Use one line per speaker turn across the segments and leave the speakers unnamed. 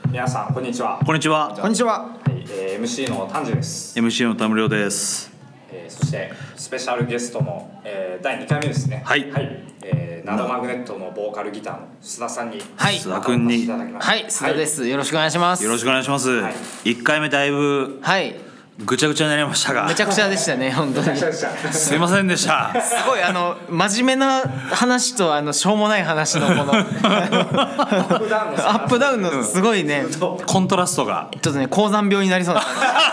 皆さんこんにちは。
こんにちは。
こんにちは。
はい、MC の丹治です。
MC の田村亮です。
そしてスペシャルゲストの、第2回目ですね。
はい。
ナノマグネットのボーカルギターの須田さんに、
須田君に、
はい、須田です。よろしくお願いします。
よろしくお願いします。
はい、
1回目だいぶぐちゃぐちゃになりましたが、
めちゃくちゃでしたね、本当に。
すいませんでした。
すごい真面目な話としょうもない話のこのアップダウンのすごいね、
コントラストが
ちょっとね、高山病になりそうな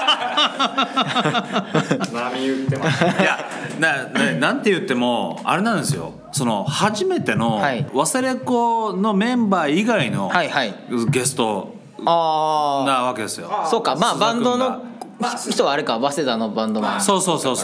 波打ってます。いや
なんて言ってもあれなんですよ。その初めての忘れ子のメンバー以外のゲストなわけですよ。
そうか、まあバンドの人はあれか、早稲田のバンドマン。
そう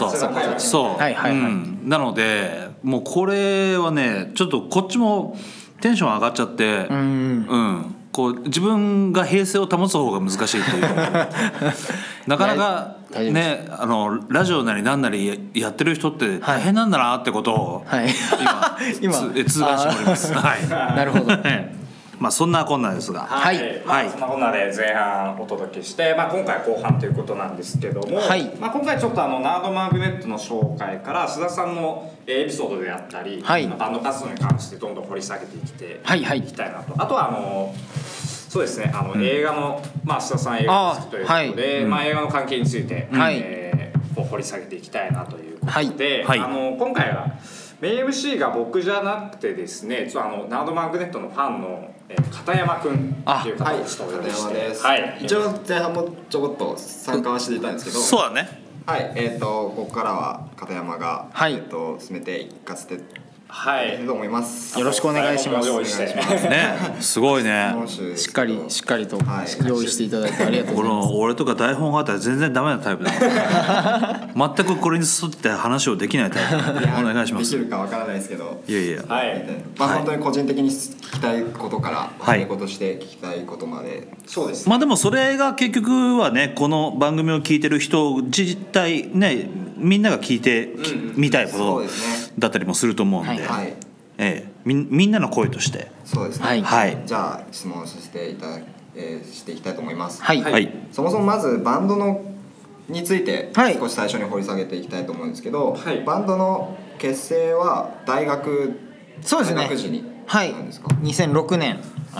なのでもうこれはね、ちょっとこっちもテンション上がっちゃって、こう自分が平静を保つ方が難しいというなかなかね、ラジオなりなんなりやってる人って大変なんだなってことを今痛感しております。
なるほど。
まあそんなこんなですが、
そんなこんなで前半お届けして、今回後半ということなんですけども、今回ちょっとナードマグネットの紹介から須田さんのエピソードであったり、バンド活動に関してどんどん掘り下げていきたいなと。あとはそうですね、映画の、須田さん映画好きということで、映画の関係について、掘り下げていきたいなということで、今回はメイン MC が僕じゃなくてですね、ナードマグネットのファンの片山くんっていう方をちょっとお呼びして、
一応前半もちょこっと参加はしていたんですけど、
そうだね。
はい、ここからは片山が進めていかせてと思います。
よろしくお願いします。
ね、すごいね。
しっかりと用意していただいてありがとうございます。
俺とか台本があったら全然ダメなタイプだ全くこれに沿って話をできないタイプなんでお願いします。
できるかわからないですけど、
いや
本当に個人的に聞きたいことから教え子として聞きたいことまで。
そうです。
まあでもそれが結局はね、この番組を聞いてる人自体ね、みんなが聞いてみたいことだったりもすると思うんで、みんなの声として
そうですね。じゃあ質問させてしていきたいと思います。そもそもまずバンドについて少し最初に掘り下げていきたいと思うんですけど、バンドの結成は大学時になんですか
？2006年。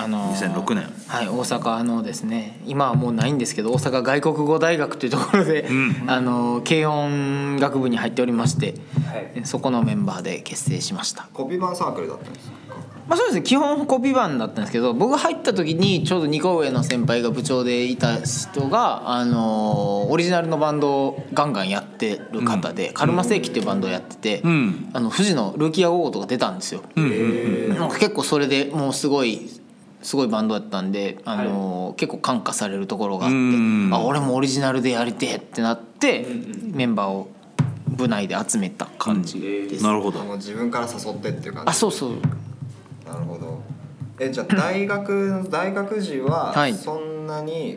2006年、
大阪のですね、今はもうないんですけど、大阪外国語大学というところで、軽音楽部に入っておりまして、そこのメンバーで結成しました。
コピーバンサークルだったんですか？
そうですね、基本コピーバンだったんですけど、僕が入った時にちょうど2個上の先輩が部長でいた人が、オリジナルのバンドをガンガンやってる方で、カルマ世紀っていうバンドをやってて、富士のルーキーアゴーとか出たんですよ。結構それでもうすごいバンドだったんで、結構感化されるところがあって、俺もオリジナルでやりてえってなって、メンバーを部内で集めた感じです。
なるほど。
自分から誘ってっていう感じ。
そう。
なるほど。じゃあ大学時はそんなに、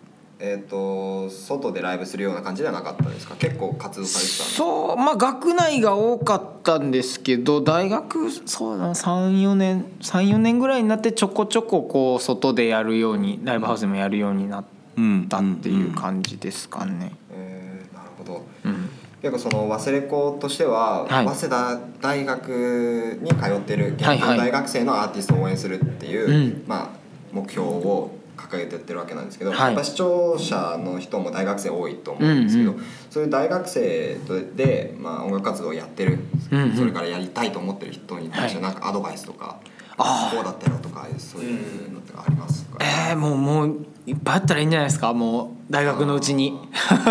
外でライブするような感じではなかったですか？結構活動されてたんですか？
そう、学内が多かったんですけど、大学そうだな、3-4年ぐらいになってちょこちょここう外でやるように、ライブハウスでもやるようになったっていう感じですかね。
なるほど。結構その忘れ子としては、早稲田大学に通っている現役大学生のアーティストを応援するっていう、目標を掲げてやってるわけなんですけど、やっぱ視聴者の人も大学生多いと思うんですけど、そういう大学生で、音楽活動をやってる、それからやりたいと思ってる人に対してなんかアドバイスとか、こうだったよとかそういうのってありますか？
もういっぱいあったらいいんじゃないですか。もう大学のうちに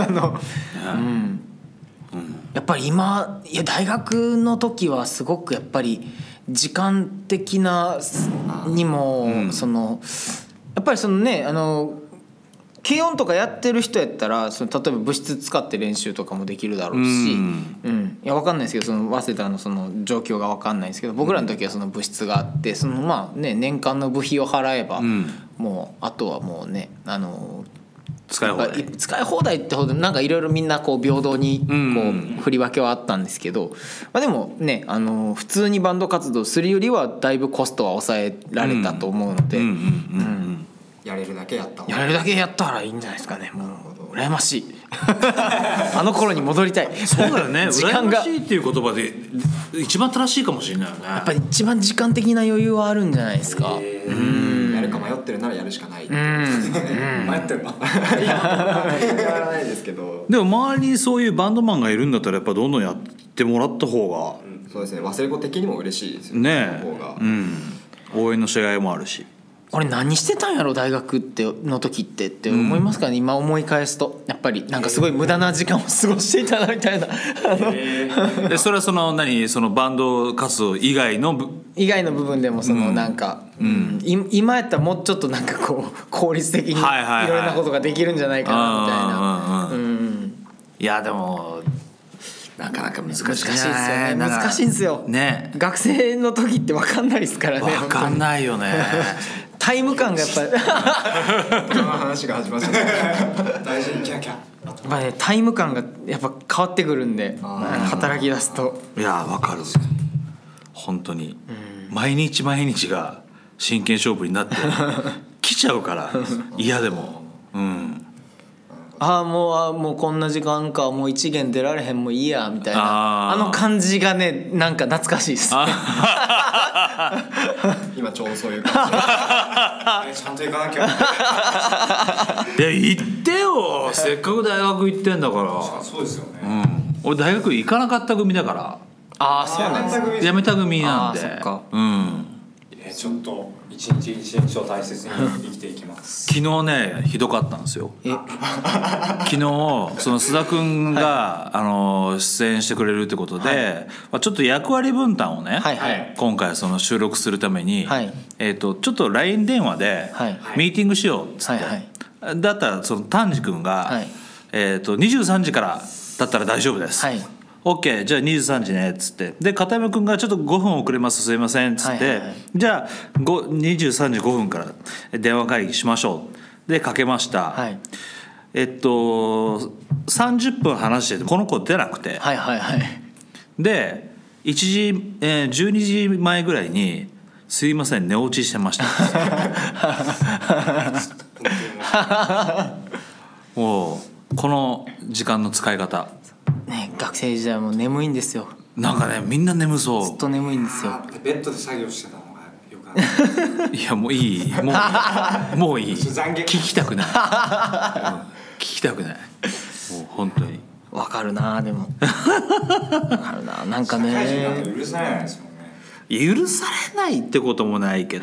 やっぱり大学の時はすごくやっぱり時間的なにも、やっぱり軽音とかやってる人やったら、例えば部室使って練習とかもできるだろうし、いや分かんないですけど、早稲田のその状況が分かんないですけど、僕らの時はその部室があって、年間の部費を払えば、もうあとはもうね、使い放題ってほどなんかいろいろみんなこう平等にこう振り分けはあったんですけど、でもね、普通にバンド活動するよりはだいぶコストは抑えられたと思うので、
やれるだけやった方がいい。
やれるだけやったらいいんじゃないですかね。もう羨ましいあの頃に戻りたい。
そうだよね
時間が
羨ましいっていう言葉で一番正しいかもしれないよね。
やっぱり一番時間的な余裕はあるんじゃないですか。
やるか迷ってるならやるしかないって
迷ってんの
いややらないですけど、
でも周りにそういうバンドマンがいるんだったらやっぱどんどんやってもらった方が
そうですね、忘れ子的にも嬉しいですよ
ね
その方が
応援のしがいもあるし。
俺何してたんやろ大学の時って思いますかね、今思い返すとやっぱりなんかすごい無駄な時間を過ごしていたなみたいな
でそれはそのバンド活動以外の部
分でもそのなんか、今やったらもうちょっとなんかこう効率的にいろんなことができるんじゃないかなみたいな。
いやでもなかなか難しいですよ
ね。難しいんですよ
ね。
学生の時って分かんないですからね。
分かんないよね
タイム感がやっぱり
この話が始まっちゃった大事にキャキャ
タイム感がやっぱ変わってくるんで働き出すと。
いや分かる本当に毎日毎日が真剣勝負になってきちゃうから嫌でも
もうこんな時間かもう一元出られへんもういいやみたいなあの感じがねなんか懐かしいです
今ちょうどそういう感じちゃんと行かなきゃ
行ってよせっかく大学行ってんだから
そうですよね、
俺大学行かなかった組だから
そうなんです
ね。辞めた組なんで
そっか
ちょっと一日一日を大切に生きていきます
昨日ねひどかったんですよ昨日その須田君が、出演してくれるってことで、ちょっと役割分担をね、今回その収録するために、ちょっと LINE 電話でミーティングしようっつって、だったらその丹治君が、23時からだったら大丈夫です、OK じゃあ23時ねっつってで片山君がちょっと5分遅れますすいませんっつって、じゃあ23時5分から電話会議しましょうでかけました、30分話しててこの子出なくて、で12時前ぐらいに「すいません寝落ちしてました」もうこの時間の使い方
ね、学生時代も眠いんですよ。
なんかねみんな眠そう
ずっと眠いんですよ。
ベッドで作業してたのがよくある
いやもういいもういい聞きたくない、聞きたくないもう本当に
わかるなでもわかるななんかね
社会人だと許されないですもんね。
許されないってこともないけど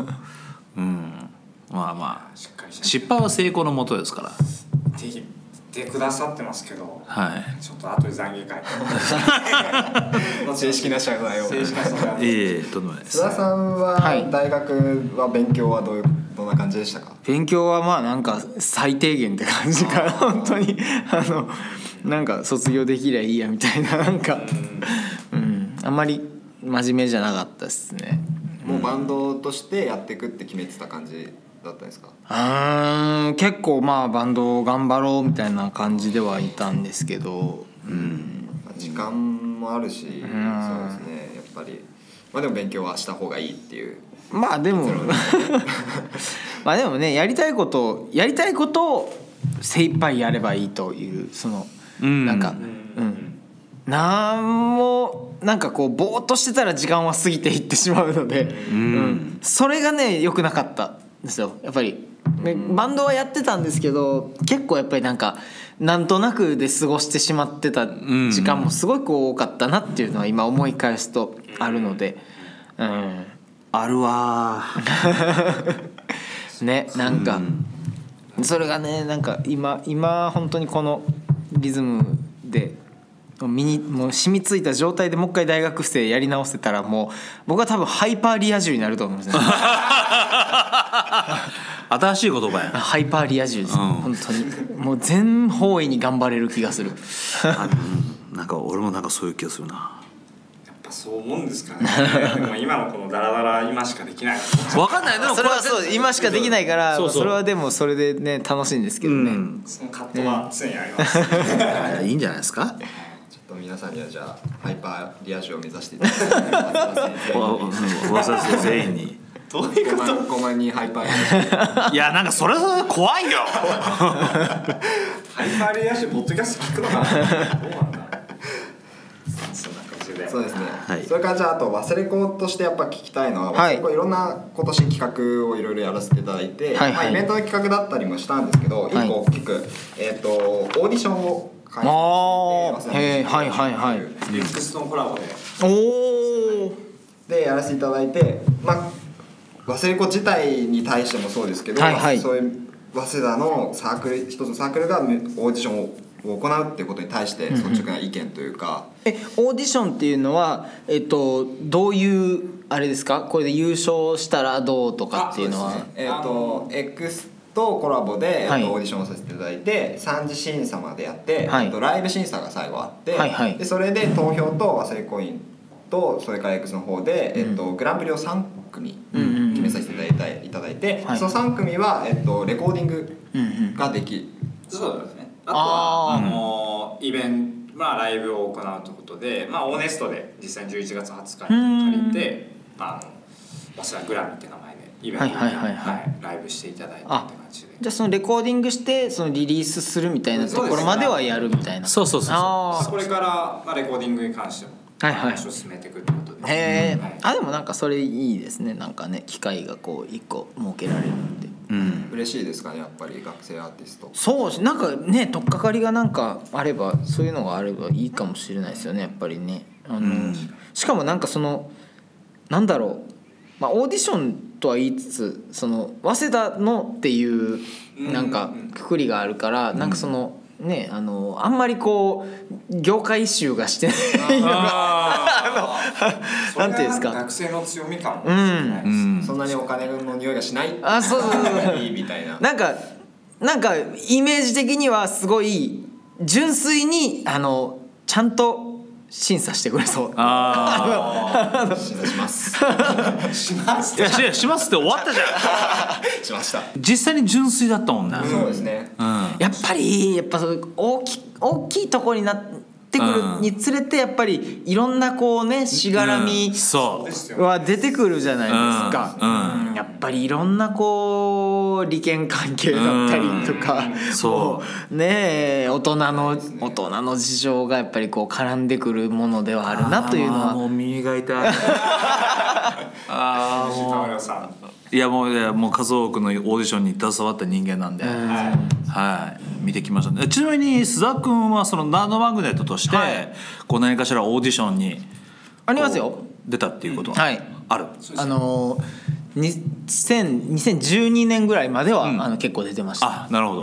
まあ失敗は成功のもとですから
ぜひ
てくださってますけど、ちょっと後で懺悔会
正式な謝罪を
正式な謝罪
とんでもないです。
須田さんは大学は勉強はどんな感じでしたか？
勉強はまあなんか最低限って感じかな本当になんか卒業できりゃいいやみたいななんかあんまり真面目じゃなかったですね。
もうバンドとしてやっていくって決めてた感じだったんですか？
結構まあバンド頑張ろうみたいな感じではいたんですけど、
時間もあるし、そうですねやっぱりまあでも勉強はした方がいいっていう
まあでもまあでもねやりたいことを精一杯やればいいというそのなんかなんもなんかこうぼーっとしてたら時間は過ぎていってしまうので、それがね良くなかったんですよやっぱり。バンドはやってたんですけど結構やっぱりなんとなくで過ごしてしまってた時間もすごく多かったなっていうのは今思い返すとあるので、
あるわ
ねなんかそれがねなんか今本当にこのリズムでもう染みついた状態でもう一回大学生やり直せたらもう僕は多分ハイパーリア充になると思うんですね
新しい言葉や
ハイパーリア充です、本当にもう全方位に頑張れる気がする
なんか俺もなんかそういう気がするな。
やっぱそう思うんですかねでも今のこのダラダラ今しかできない
分かんないでも
それはそう今しかできないからそれはでもそれでね楽しいんですけどね、
その葛藤は常にあります
いいんじゃないですか。
ちょっと皆さんにはじゃあハイパーリア充を目指していただきます
噂です全員に
どういうこと？
5万人ハイパー
いやなんかそれは怖いよ
ハイパーリア充ポッドキャスト聞くのかなどうなんだそんな感じで。
そうですね、
はい、
それからじゃああと忘れ子としてやっぱ聞きたいのは、
はい、
忘れ子いろんな今年企画をいろいろやらせていただいて、
はいはい、
まあ、イベントの企画だったりもしたんですけど、1個大きく、オーディションを開催して、
はいはいはい、
ネクストのコラボで
でやらせていただいて、まあ忘れ子自体に対してもそうですけど、
はいはい、
そういう早稲田のサークル、一つのサークルがオーディションを行うっていうことに対して率直な意見というか、
オーディションっていうのは、どういうあれですか？これで優勝したらどうとかっていうのは、
X とコラボで、
はい、
オーディションをさせていただいて3次審査までやって、
はい、
ライブ審査が最後あって、
はいはい、
でそれで投票と忘れコインとそれから X の方で、グランプリを3組決めさせていただいて、その3組は、レコーディングができる、
そうですね。あとはイベント、ライブを行うということで、オーネストで実際に11月20日に借りて、早稲田グラミーって名前でイベントでライブしていただいたって感じで。
じゃあそのレコーディングしてそのリリースするみたいなところまではやるみたいな。
そうそうそうそう。
これからレコーディングに関しても話を進めていくってことで。
へえ。でもなんかそれいいですね。なんかね機会がこう一個設けられるんで。
嬉しいですかね、やっぱり学生アーティスト。
そうなんかね、取っかかりがなんかあれば、そういうのがあればいいかもしれないですよね、やっぱりね。しかもなんかそのなんだろう、オーディションとは言いつつ、その早稲田のっていうなんかくくりがあるから、なんかそのね、あんまりこう業界一周がしてないのがなんていうんですか、
学生の強みかもしれないです。
そんなにお金の匂いがしない。
そう
いいみたいな。
なんかイメージ的にはすごい純粋にちゃんと審査してくれそう。
審査します。
します。
いやしますって終わったじゃ
ん。しました。
実際に純粋だったもんね。
そうですね。
やっぱそう大きいところになってくるにつれて、やっぱりいろんなこうねしがらみは出てくるじゃないですか。やっぱりいろんなこう利権関係だったりとか、そうね、大人の事情がやっぱりこう絡んでくるものではあるなというのは。
もう耳が痛い。いやもう数多くのオーディションに携わった人間なんで、見てきましたね。ちなみに須田君はそのナードマグネットとして、こう何かしらオーディションに
ありますよ、
出たっていうことはある。
2012年ぐらいまでは、結構出てました。
あ、なるほど。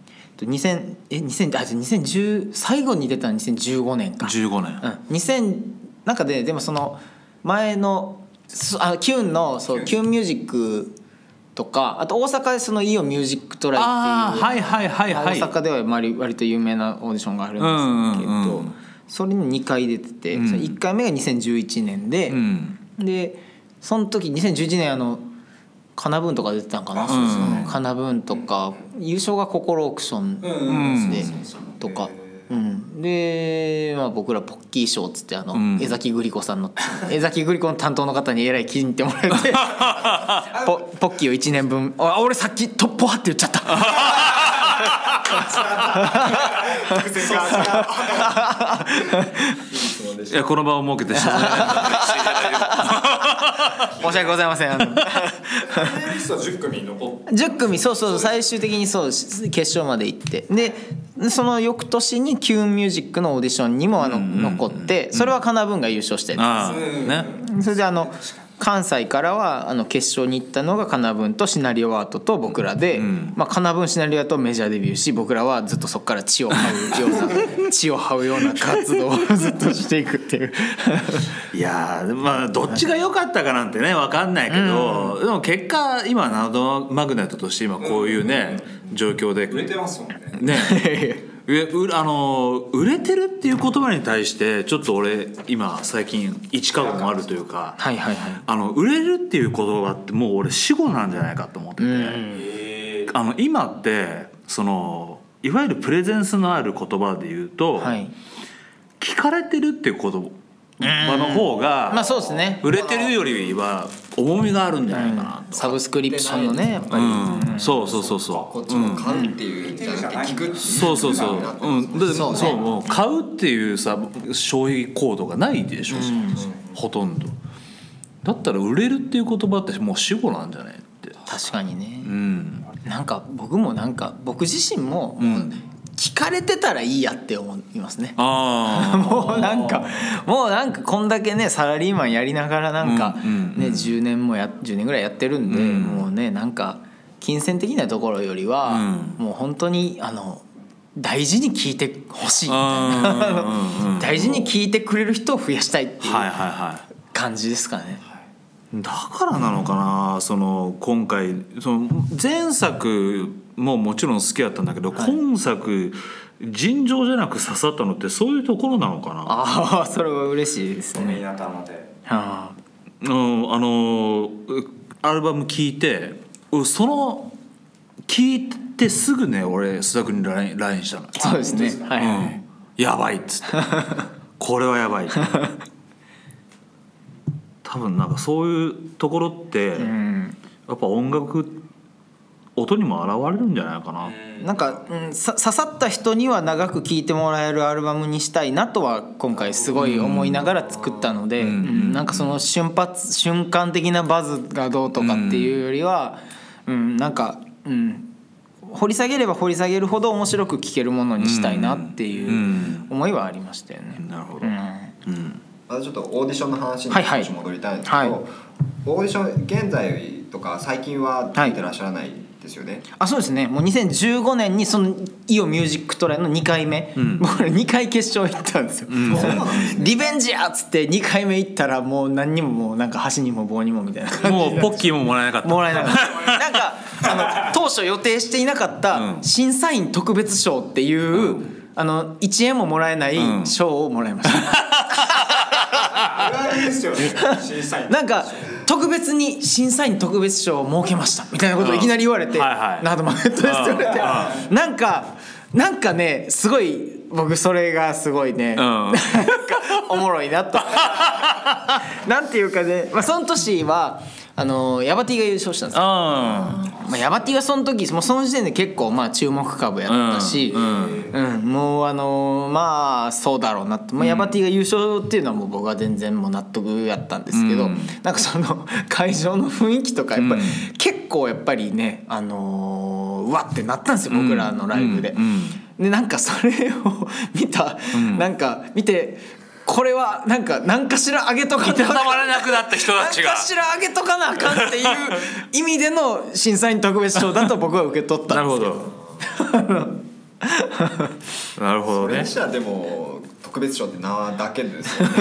2010最後に出たの2015年か。
15年。
2000なんかでもその前のキュンのキュンミュージックとか、あと大阪でそのイオンミュージックトライっていう大阪では割と有名なオーディションがあるんですけど、それに2回出てて、1回目が2011年で、でその時2011年カナブーンとか出てたんかな、カナブーンとか優勝が心オークションでとか。で、僕らポッキー賞っつって江崎グリコさんの江崎グリコの担当の方にえらい気に入ってもらえてポッキーを1年分、俺さっきポワって言っちゃった
いやこの場を設けて申し
訳ございません。
10組残って
10組、そう最終的に決勝まで行って、でその翌年にキュンミュージックのオーディションにも残って、それはカナブーンが優勝してるんです。それで関西からは決勝に行ったのがカナブーンとシナリオアートと僕らで、カナブーンシナリオアートメジャーデビューし、僕らはずっとそこから血を這うような活動をずっとしていくっていう
いやどっちが良かったかなんてね分かんないけど、でも結果今ナードマグネットとして今こういうね、状況で
売れてますもんね。
売れてるっていう言葉に対してちょっと俺今最近一過言もあるというか、売れるっていう言葉ってもう俺死語なんじゃないかと思ってて、今っていわゆるプレゼンスのある言葉で言うと、聞かれてるっていうこと場の方が
まあそうですね、
売れてるよりは重みがあるんじゃないかなと。
サブスクリプションのねやっぱり、
そうそう
こっちも買うっていうじゃなくて聞くっていう、
そうそうそう、でそうもう買うっていうさ消費行動がないでしょ、ほとんど。だったら売れるっていう言葉ってもう死語なんじゃないって。
確かにね、なんか僕自身も聞かれてたらいいやって思いますね。もうなんかこんだけねサラリーマンやりながらなんかね10年ぐらいやってるんで、もうねなんか金銭的なところよりはもう本当に大事に聞いてほしいみたいな大事に聞いてくれる人を増やしたいっていう感じですかね。
だからなのかな、今回前作ももちろん好きだったんだけど、今作尋常じゃなく刺さったのってそういうところなのかな。
ああそれは嬉しいですね。
アルバム聴いて聴いてすぐね俺須田君に LINE したの。
そうですね、
やばいっつってこれはやばい多分なんかそういうところって、やっぱ音にも現れるんじゃないかな。
なんか、刺さった人には長く聴いてもらえるアルバムにしたいなとは今回すごい思いながら作ったので、なんかその瞬間的なバズがどうとかっていうよりは、なんか、掘り下げれば掘り下げるほど面白く聴けるものにしたいなっていう思いはありましたよね。
なるほど。
まずちょっとオーディションの話に少し戻りたいんですけど、オーディション現在とか最近は出てらっしゃらないですよね。
そうですね。もう2015年にそのイオミュージックトライの2回目、僕ら2回決勝行ったんですよ。リベンジやっつって2回目行ったらもう何にももうなんか箸にも棒にもみたいな感じで、
もうポッキーももらえなかった。
なんか当初予定していなかった審査員特別賞っていう1円ももらえない賞をもらいました。なんか特別に審査員特別賞を設けましたみたいなことをいきなり言われて、ナードマグネットですって言われて、なんかねすごい僕それがすごいね、なんかおもろいなとなんていうかね、その年はヤバ T が優勝したんですよ。ヤバ T はその時もうその時点で結構注目株やったし、もうそうだろうなと、ヤバ T が優勝っていうのはもう僕は全然もう納得やったんですけど、なんかその会場の雰囲気とかやっぱり結構やっぱりねうわってなったんですよ、僕らのライブで。でなんかそれをなんか見て、これはなんかしらあげとかな、
いたたまれなくなった人たちが
なんかしらあげとかなあかんっていう意味での審査員特別賞だと僕は受け取ったんですけど。
なるほどね。
それじゃでも特別賞ってなだけですよね。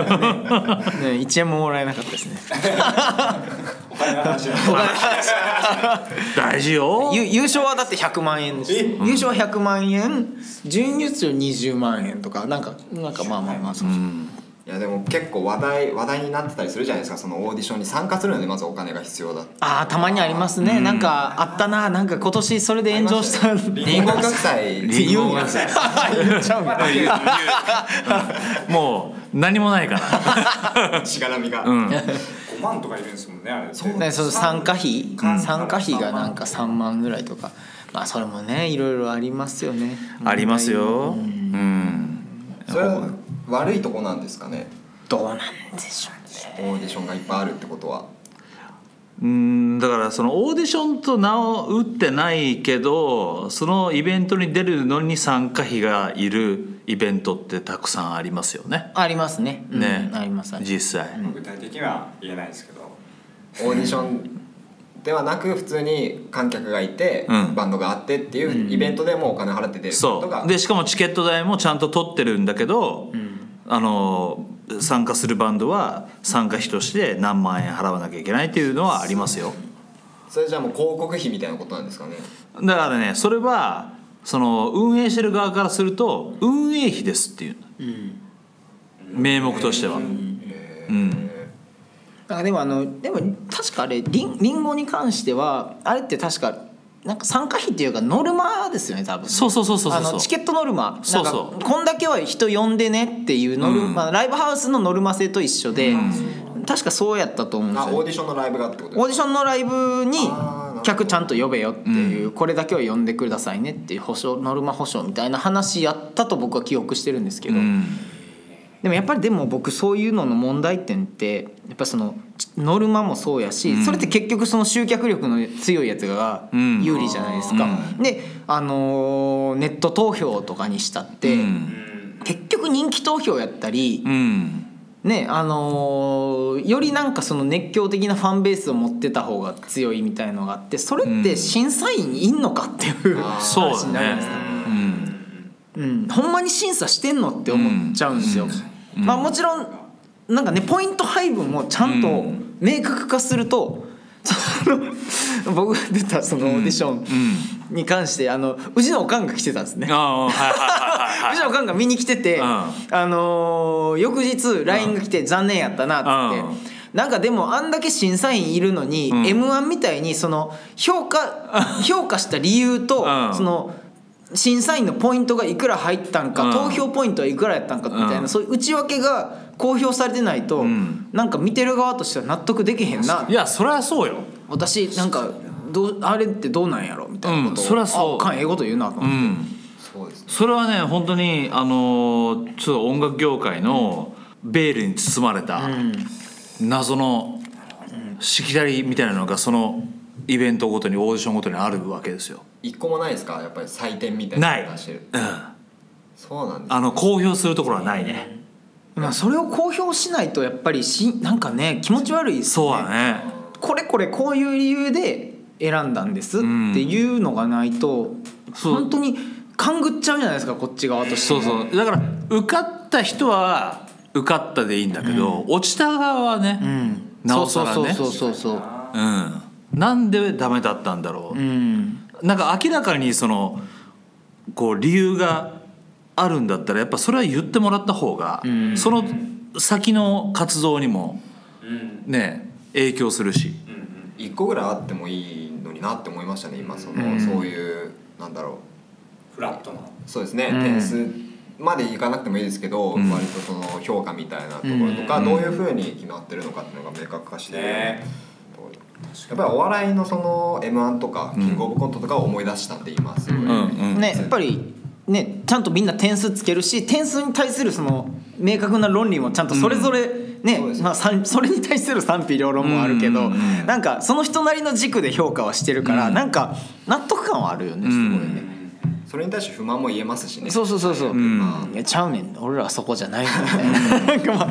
1円ももらえなかったですね。
お金の話
大事よ。
優勝はだって100万円です。優勝は100万円、準優勝20万円とかなんかそう。
いやでも結構話題になってたりするじゃないですか、そのオーディションに参加するのでまずお金が必要だって。
たまにありますね。なんかあったな、なんか今年それで炎上した
リンゴ学祭
言っちゃうんだ。
もう何もないから
しがらみが
5万とかいるんですもんね、あれ。
そうね、参加費がなんか3万ぐらいとか、それもねいろいろありますよね。
ありますよ。
それは悪いとこなんですかね。
どうなんでしょうね。
オーディションがいっぱいあるってことは。
だからそのオーディションと名を打ってないけど、そのイベントに出るのに参加費がいるイベントってたくさんありますよね。
ありますね。あります。
実際。
具体的には言えないですけど。
オーディションではなく普通に観客がいて、バンドがあってっていうイベントでもお金払って出ることが。
そうでしかもチケット代もちゃんと取ってるんだけど、参加するバンドは参加費として何万円払わなきゃいけないっていうのはありますよ。
それじゃあもう広告費みたいなことなんですかね。
だからね、それはその運営してる側からすると運営費ですっていう、名目としては。
でも確かあれリンゴに関してはあれって確かなんか参加費っていうかノルマですよね多分ね。
そう
チケットノルマ、
そう
なんかこんだけは人呼んでねっていうノルマ、ライブハウスのノルマ制と一緒で、確かそうやったと思うんですよ。
オーディションのライブがってことですか？
オーディションのライブに客ちゃんと呼べよっていう、これだけは呼んでくださいねっていうノルマ保証みたいな話やったと僕は記憶してるんですけど、でもやっぱり僕そういうのの問題点ってやっぱりそのノルマもそうやし、それって結局その集客力の強いやつが有利じゃないですか。でネット投票とかにしたって、結局人気投票やったり、ね、よりなんかその熱狂的なファンベースを持ってた方が強いみたいのがあって、それって審査員いんのかっていう話になるんですか。ほんまに審査してんのって思っちゃうんですよ。まあもちろんなんかねポイント配分もちゃんと明確化すると、僕が出たそのオーディションに関してうちのおかんが来てたんですね。うちのおかんが見に来てて、翌日 LINE が来て残念やったなって。なんかでもあんだけ審査員いるのに M1 みたいにその評価した理由とその審査員のポイントがいくら入ったんか、投票ポイントはいくらやったんかみたいな、そういう内訳が公表されてないと、なんか見てる側としては納得できへんな。
いやそれはそうよ。
私なんかあれってどうなんやろみたいなことを、
それはそう。
英語と言うなと思って、
それはね本当にちょっと音楽業界のベールに包まれた謎のしきたりみたいなのがそのイベントごとにオーディションごとにあるわけですよ。
一個もないですか？やっぱり採点みたいなの出してる。そうなんです、ね。
公表するところはないね。
まあそれを公表しないとやっぱりなんかね気持ち悪いですね。
そうだね。
こういう理由で選んだんですっていうのがないと、本当に勘ぐっちゃうじゃないですかこっち側として。
そうだから受かった人は受かったでいいんだけど、落ちた側はね、なおさらね。なんでダメだったんだろう、なんか明らかにそのこう理由があるんだったらやっぱそれは言ってもらった方が、その先の活動にもね影響するし、
1個ぐらいあってもいいのになって思いましたね今そういうなんだろ
うフラットな
そうですね、点数までいかなくてもいいですけど、割とその評価みたいなところとか、どういうふうに決まってるのかっていうのが明確化してる、やっぱりお笑いのその M1 とかキングオブコントとかを思い出したって言いますよ
ね。やっぱりねちゃんとみんな点数つけるし、点数に対するその明確な論理もちゃんとそれぞれね、それに対する賛否両論もあるけど、なんかその人なりの軸で評価はしてるから、なんか納得感はあるよね、すごいね。
それに対して不満も言えますしね。
そう、いやちゃうねん俺らはそこじゃないのみたいななんか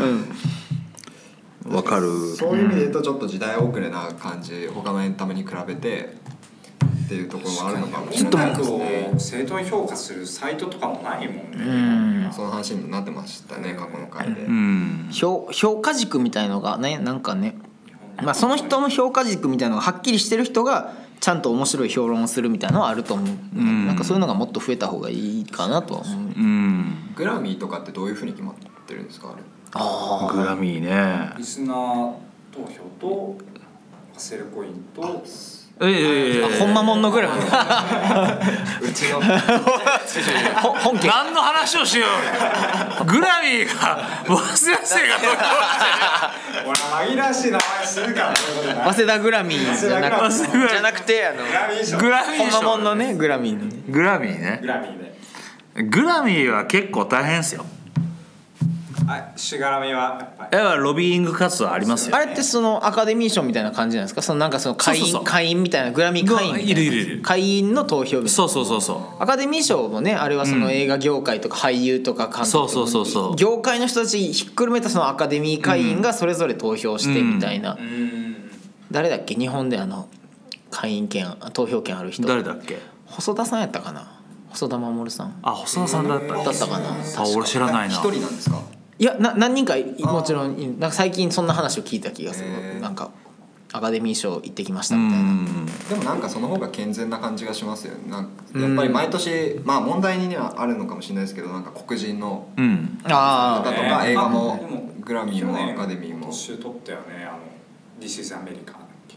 わかる。
そういう意味で言うとちょっと時代遅れな感じ、他のエンタメに比べてっていうところもあるのかもしれないですね。
正当に評価するサイトとかもないもんね。
その話にもなってましたね過去の回で。
評価軸みたいのがね、なんかね、まあその人の評価軸みたいのがはっきりしてる人がちゃんと面白い評論をするみたいなのはあると思う。なんかそういうのがもっと増えた方がいいかなとは思う。
グラミーとかってどういうふうに決まってるんですか？
グラミーね。
リスナー投票とセルコインと
ほんまもんのグラミー
うちの
本家
何の話をしようグラミーが早稲田生が投票して
俺紛らわしい名前するから
早稲田グラミーじゃなくて
グラミー
ほんまもんのねグラミーね
グラミーねグラミーは結構大変ですよ。
しがらみはやっぱり
ロビーイング活動ありますよ、
ね、あれってそのアカデミー賞みたいな感じなんですか？そのなんかその会員みたいなグラミー会員みたいない
る
会員の投票日。
そう
アカデミー賞もねあれはその映画業界とか俳優とか監督とか業界の人たちひっくるめたそのアカデミー会員がそれぞれ投票してみたいな、誰だっけ日本で会員権投票権ある人
誰だっけ？
細田さんやったかな？細田守さん。
細田さんだったかな。俺知らないな。
一人なんですか？
いや何人かもちろんなんか最近そんな話を聞いた気がする。なんかアカデミー賞行ってきましたみたいな。
でもなんかその方が健全な感じがしますよね。やっぱり毎年まあ問題にはあるのかもしれないですけど、なんか黒人の方とか映画もグラミーもアカデミーも
年取ったよね。This is America だっけ。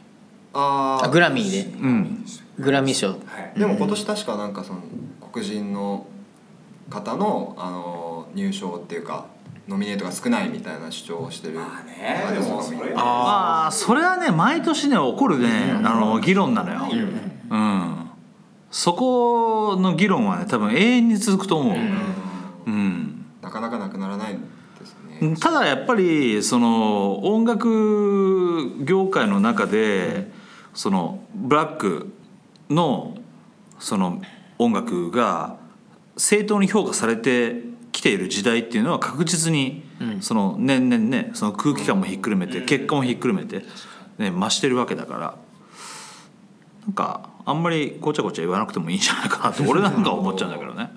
グラミーで、グラミー賞、
でも今年確かなんかその黒人の方の入賞っていうかノミネートが少ないみたいな主張をしてる。
でもそれ
それはね毎年ね起こるね議論なのよ。そこの議論はね多分永遠に続くと思う。
なかなかなくならないですね。
ただやっぱりその音楽業界の中でそのブラックのその音楽が正当に評価されてきている時代っていうのは確実にその年々ねその空気感もひっくるめて結果もひっくるめてね増してるわけだから、なんかあんまりごちゃごちゃ言わなくてもいいんじゃないかなと俺なんか思っちゃうんだけどね。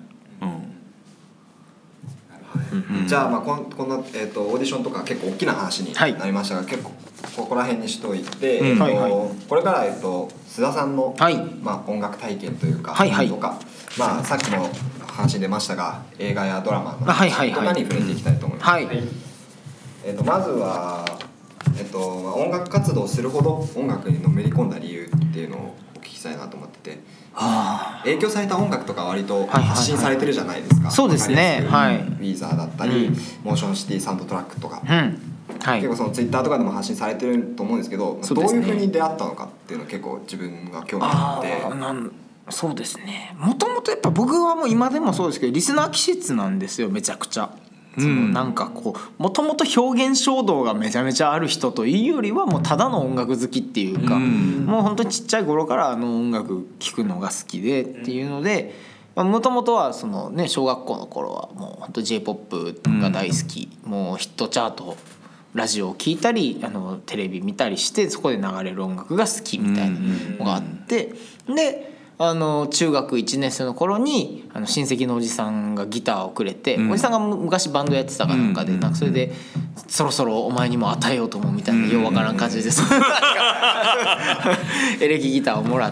じゃあまあこのオーディションとか結構大きな話になりましたが、結構ここら辺にしといて、これから須田さんのまあ音楽体験というかとか、まあさっきの話に出ましたが映画やドラマの話とかに触れていきたいと思います。まずは音楽活動をするほど音楽にのめり込んだ理由っていうのをお聞きしたいなと思ってて、影響された音楽とか割と発信されてるじゃないですか。
そうですね。
ウィーザーだったり、モーションシティサウンドトラックとか、結構そのツイッターとかでも発信されてると思うんですけど、どういうふうに出会ったのかっていうの結構自分が興味あって。
そうですね。もともとやっぱ僕はもう今でもそうですけどリスナー気質なんですよ、めちゃくちゃ。なんかこうもともと表現衝動がめちゃめちゃある人というよりはもうただの音楽好きっていうか、もう本当にちっちゃい頃から音楽聴くのが好きでっていうので、もともとはそのね小学校の頃はもう本当 J-POP が大好き、もうヒットチャートラジオを聴いたりテレビ見たりしてそこで流れる音楽が好きみたいなのがあって、で中学1年生の頃に親戚のおじさんがギターをくれて、おじさんが昔バンドやってたかなんかで、なんかそれでそろそろお前にも与えようと思うみたいなようわからん感じでエレキギターをもらって、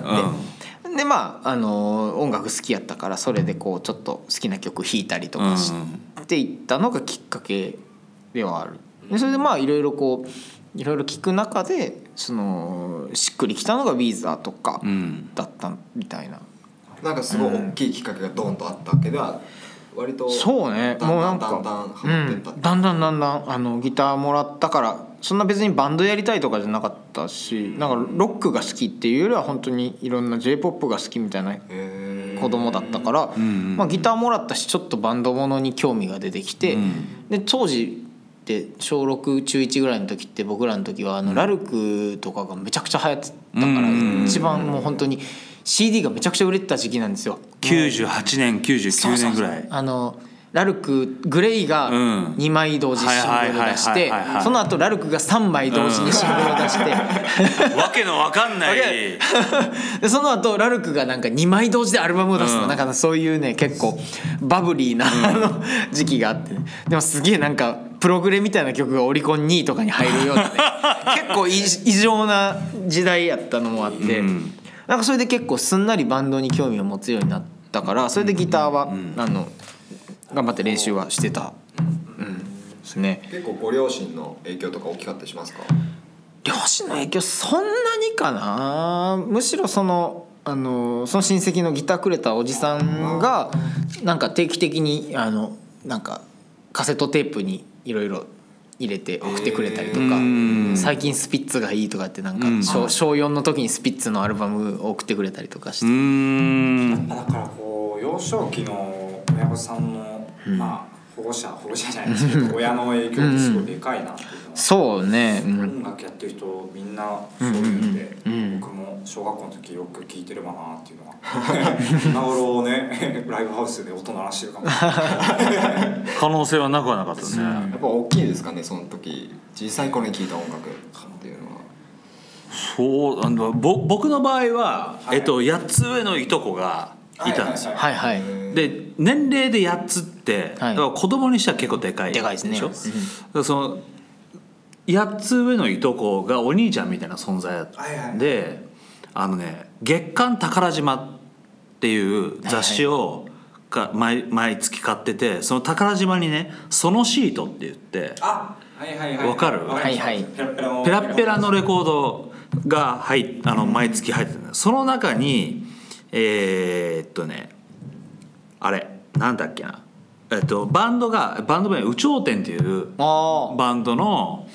でまあ音楽好きやったからそれでこうちょっと好きな曲弾いたりとかしていったのがきっかけではある。でそれでまあいろいろ聞く中でそのしっくりきたのがウィーザーとかだったみたいな、
なんかすごい大きいきっかけがドーンとあったわけでは割と
そうね、もうなんかだんだんギターもらったからそんな別にバンドやりたいとかじゃなかったし、なんかロックが好きっていうよりは本当にいろんな J-POP が好きみたいな子供だったから、まあギターもらったしちょっとバンドものに興味が出てきて、で当時で小6中1ぐらいの時って僕らの時はラルクとかがめちゃくちゃ流行ってたから一番もう本当に CD がめちゃくちゃ売れてた時期なんですよ。
98年99年ぐらい。
ラルクグレイが2枚同時シングル出して、その後ラルクが3枚同時にシングルを出して
わけのわかんない
でその後ラルクがなんか2枚同時でアルバムを出すの、なんかそういうね結構バブリーな時期があって、ね、でもすげえなんかプログレみたいな曲がオリコン2位とかに入るようなね結構異常な時代やったのもあって、なんかそれで結構すんなりバンドに興味を持つようになったから、それでギターは頑張って練習はしてたですね。
結構ご両親の影響とか大きかったりしますか？
両親の影響そんなにかな。むしろその親戚のギターくれたおじさんがなんか定期的になんかカセットテープにいろいろ入れて送ってくれたりとか、最近スピッツがいいとかってなんか小4の時にスピッツのアルバムを送ってくれたりとかして、
だからこう幼少期の親御さんのまあ保護者じゃないですけど親の影響ってすごいでかいなっていうのは、
そうね、
音楽やってる人みんなそういうんで、僕も小学校の時よく聞いてればなっていうのは今頃ねライブハウスで音鳴らしてるかも
可能性はなくはなかったね。
やっぱ大きいですかね、その時小さい頃に聴いた音楽っていうのは。
そう僕の場合は、8つ上のいとこがいたんですよ。で年齢で8つって、だから子供にしては結構でかいでしょ。その8つ上のいとこがお兄ちゃんみたいな存在で、月刊宝島っていう雑誌を毎月買ってて、その宝島にねそのシートって言って、わかる？ペラペラのレコードが毎月入ってた。その中にあれなんだっけな、バンド名有頂天っていうバンドの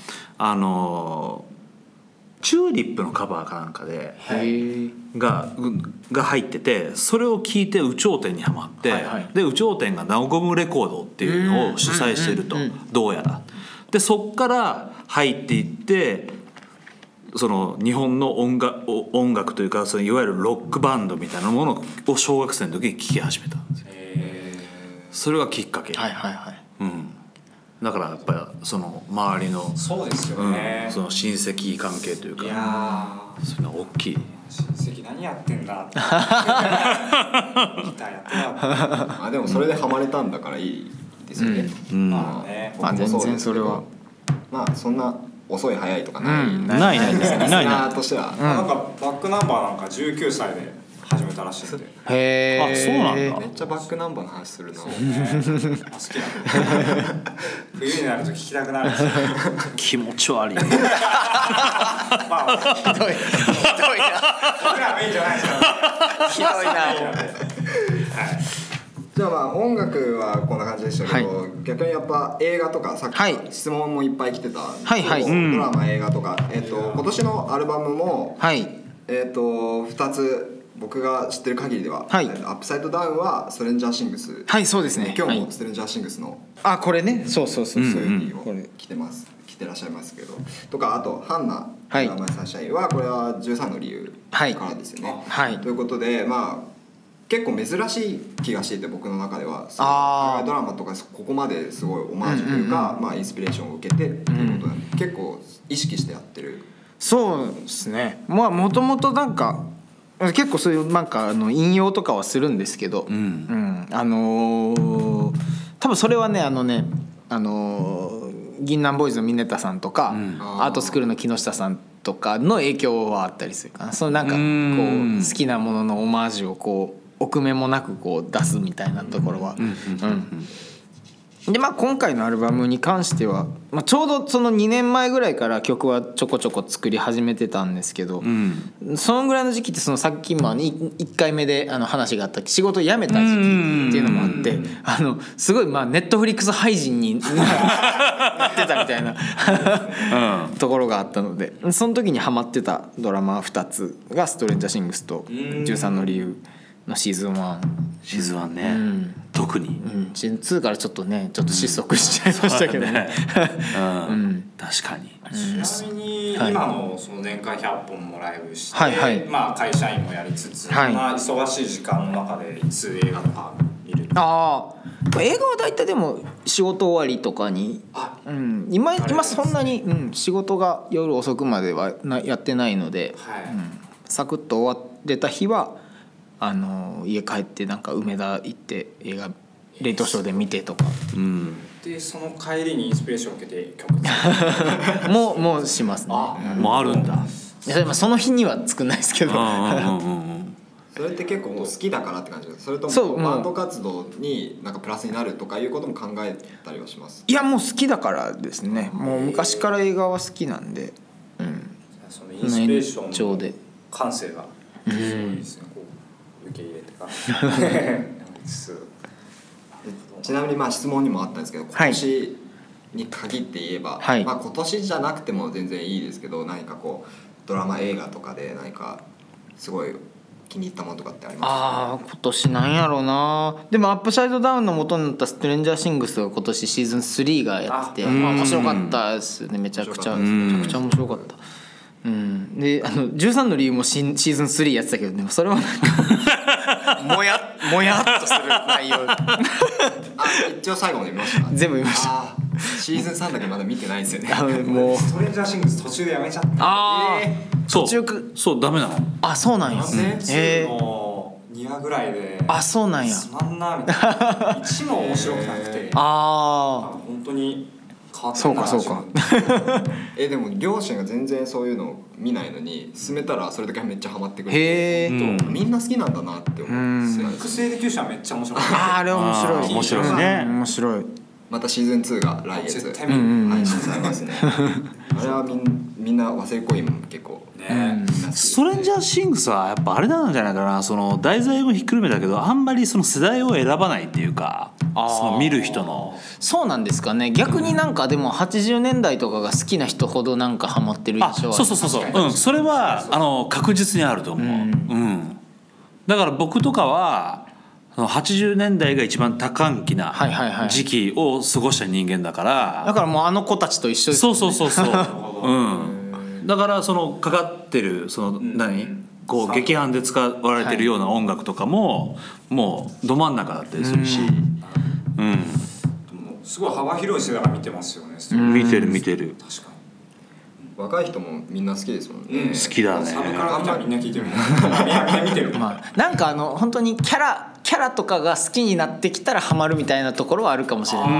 チューリップのカバーかなんかでが入ってて、それを聞いて有頂天にハマって、で有頂天がナゴムレコードっていうのを主催していると、どうやら。でそっから入っていって、その日本の音楽というか、そのいわゆるロックバンドみたいなものを小学生の時に聴き始めたんですよ。それがきっかけ。だからやっぱりその周りの
そうですよね、
その親戚関係というか、そういうの大きい。
親戚何やってんだってギターやってた
でもそれでハマれたんだからいいですよね。
まあ全然それは
そんな遅い早いとかない
としては、なんかバックナンバーなんか19歳で始めたらしいんで。
へ
え。そうなんだ。
めっちゃバックナンバーの話するな。好き
なんで冬になると聞きたくなるんですよ。
気持ち悪い。
まあひどいな。僕らメインじゃないですから。
ひどいな。
じゃあ音楽はこんな感じでしたけど、逆にやっぱ映画とか、さっき質問もいっぱい来てたドラマ映画とか、今年のアルバムも2つ僕が知ってる限りでは、アップサイドダウンはストレンジャーシングス、
そうですね、
今日もストレンジャーシングスの
これね、そう
そう来てらっしゃいますけど、とかあとハンナマイサンシャインはこれは13の理由からですよね。ということで結構珍しい気がしていて、僕の中では海外ドラマとかここまですごいオマージュというか、インスピレーションを受けてっていうことなんで、結構意識してやってる。
そうですね。もともとなんか結構そういうなんか引用とかはするんですけど、多分それはね銀杏ボーイズのミネタさんとか、アートスクールの木下さんとかの影響はあったりするかな。そのなんかこう好きなもののオマージュをこう臆面もなくこう出すみたいなところは。で今回のアルバムに関しては、ちょうどその2年前ぐらいから曲はちょこちょこ作り始めてたんですけど、そのぐらいの時期ってそのさっき1回目で話があった仕事を辞めた時期っていうのもあって、すごいネットフリックス廃人になってたみたいなところがあったので、その時にハマってたドラマ2つが「ストレンジャーシングス」と「13の理由」のシーズン1。
シーズン1ね、特に、
シーズン2からちょっと失速しちゃいましたけどね。
確かに。
ちなみに今のその年間100本もライブして、会社員もやりつつ、忙しい時間の中でいつ映画とか見る？映画は
大体でも仕事終わりとかに、今そんなに、仕事が夜遅くまではやってないので、サクッと終わってた日は家帰ってなんか梅田行って映画レイトショーで見てとか、
でその帰りにインスピレーションを受けて曲作る
もうしますね。
もうあるんだ。
その日には作んないですけど。
それって結構もう好きだからって感じです？それともバンド活動になんかプラスになるとかいうことも考えたりはします？
いやもう好きだからですね。もう昔から映画は好きなんで、
そのインスピレーションの感性がすごいですね。受け入れてから
ちなみに質問にもあったんですけど、今年に限って言えば、今年じゃなくても全然いいですけど、何かこうドラマ映画とかで何かすごい気に入ったものとかってありますか？
今年なんやろうな。でもアップサイドダウンの元になったストレンジャーシングスが今年シーズン3がやってて、面白かったですね。めちゃくちゃ面白かった。で13の理由もシーズン3やってたけど、でもそれはなんかもやっとする内容。
一応最後まで見ました。
全部見ました。
シーズン3だけまだ見てないんですよね。
もうストレンジャーシングス途中でやめちゃった。
そうダメなの？
そうなんや。
2話ぐらいで
そうなんや。
つまんなみたいな。1も面白くなくて、本当に
そうか
でも両親が全然そういうのを見ないのに勧めたらそれだけめっちゃハマってくれて、みんな好きなんだなって思うんですよ。
育成できる人はめっちゃ面白かった。
あれ面白い。
面白いね。
面白い。
またシーズン2が来月配信されますね。あれはみんみんな忘れコインも結構
ね。ストレンジャーシングスはやっぱあれなんじゃないかな、その題材もひっくるめたけどあんまりその世代を選ばないっていうか、その見る人の。
そうなんですかね。逆になんかでも80年代とかが好きな人ほどなんかハマってる印象は。
そう、それは確実にあると思う。だから僕とかは80年代が一番多感期な時期を過ごした人間だから、
だからもうあの子たちと一緒です
ね。そうだからそのかかってるそのこう劇伴で使われてるような音楽とかももうど真ん中だったりするし、
すごい幅広い世代が見てますよね。
見てる。
確かに
若い人もみんな好きですもんね。
好きだね。
サブカルからみんな聞いてる。みんな見てる。
なんか本当にキャラとかが好きになってきたらハマるみたいなところはあるかもしれない。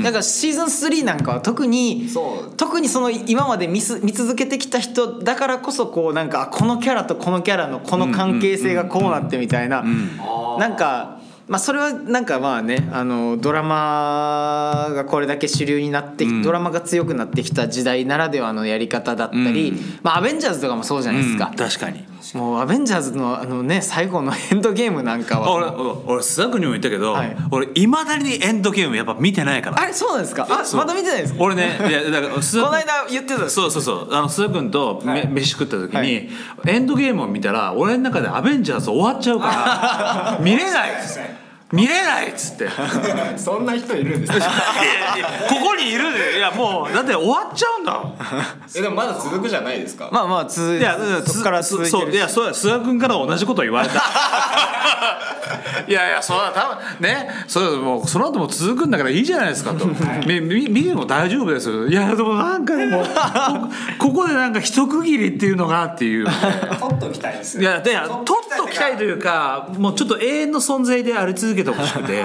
だからシーズン3なんかは特にその今まで見続けてきた人だからこそこうなんかこのキャラとこのキャラのこの関係性がこうなってみたいな、なんか。それはなんかドラマがこれだけ主流になってドラマが強くなってきた時代ならではのやり方だったり、アベンジャーズとかもそうじゃないですか。
確かに
もうアベンジャーズの最後のエンドゲームなんかは
俺須田君にも言ったけど、俺いまだにエンドゲームやっぱ見てないから。
あれそうなんですか。まだ見てないですか。
俺ねいやだからこ
の間言ってた。
そう須田君と飯食った時にエンドゲームを見たら俺の中でアベンジャーズ終わっちゃうから見れないっつって
そんな人いるんですか。
ここにいるで。いやもうだって終わっちゃうんだもん。
でもまだ続くじゃないですか。
続いてそっから続いてる。
いやそう須田君から同じこと言われた。いやそうだ多分ねもうその後も続くんだからいいじゃないですかと。見ても大丈夫です。いやでもなんかもうここでなんか一区切りっていうのがっていう。
取っときたいですね。
いや取っときたいというかもうちょっと永遠の存在であり続けてほしくて。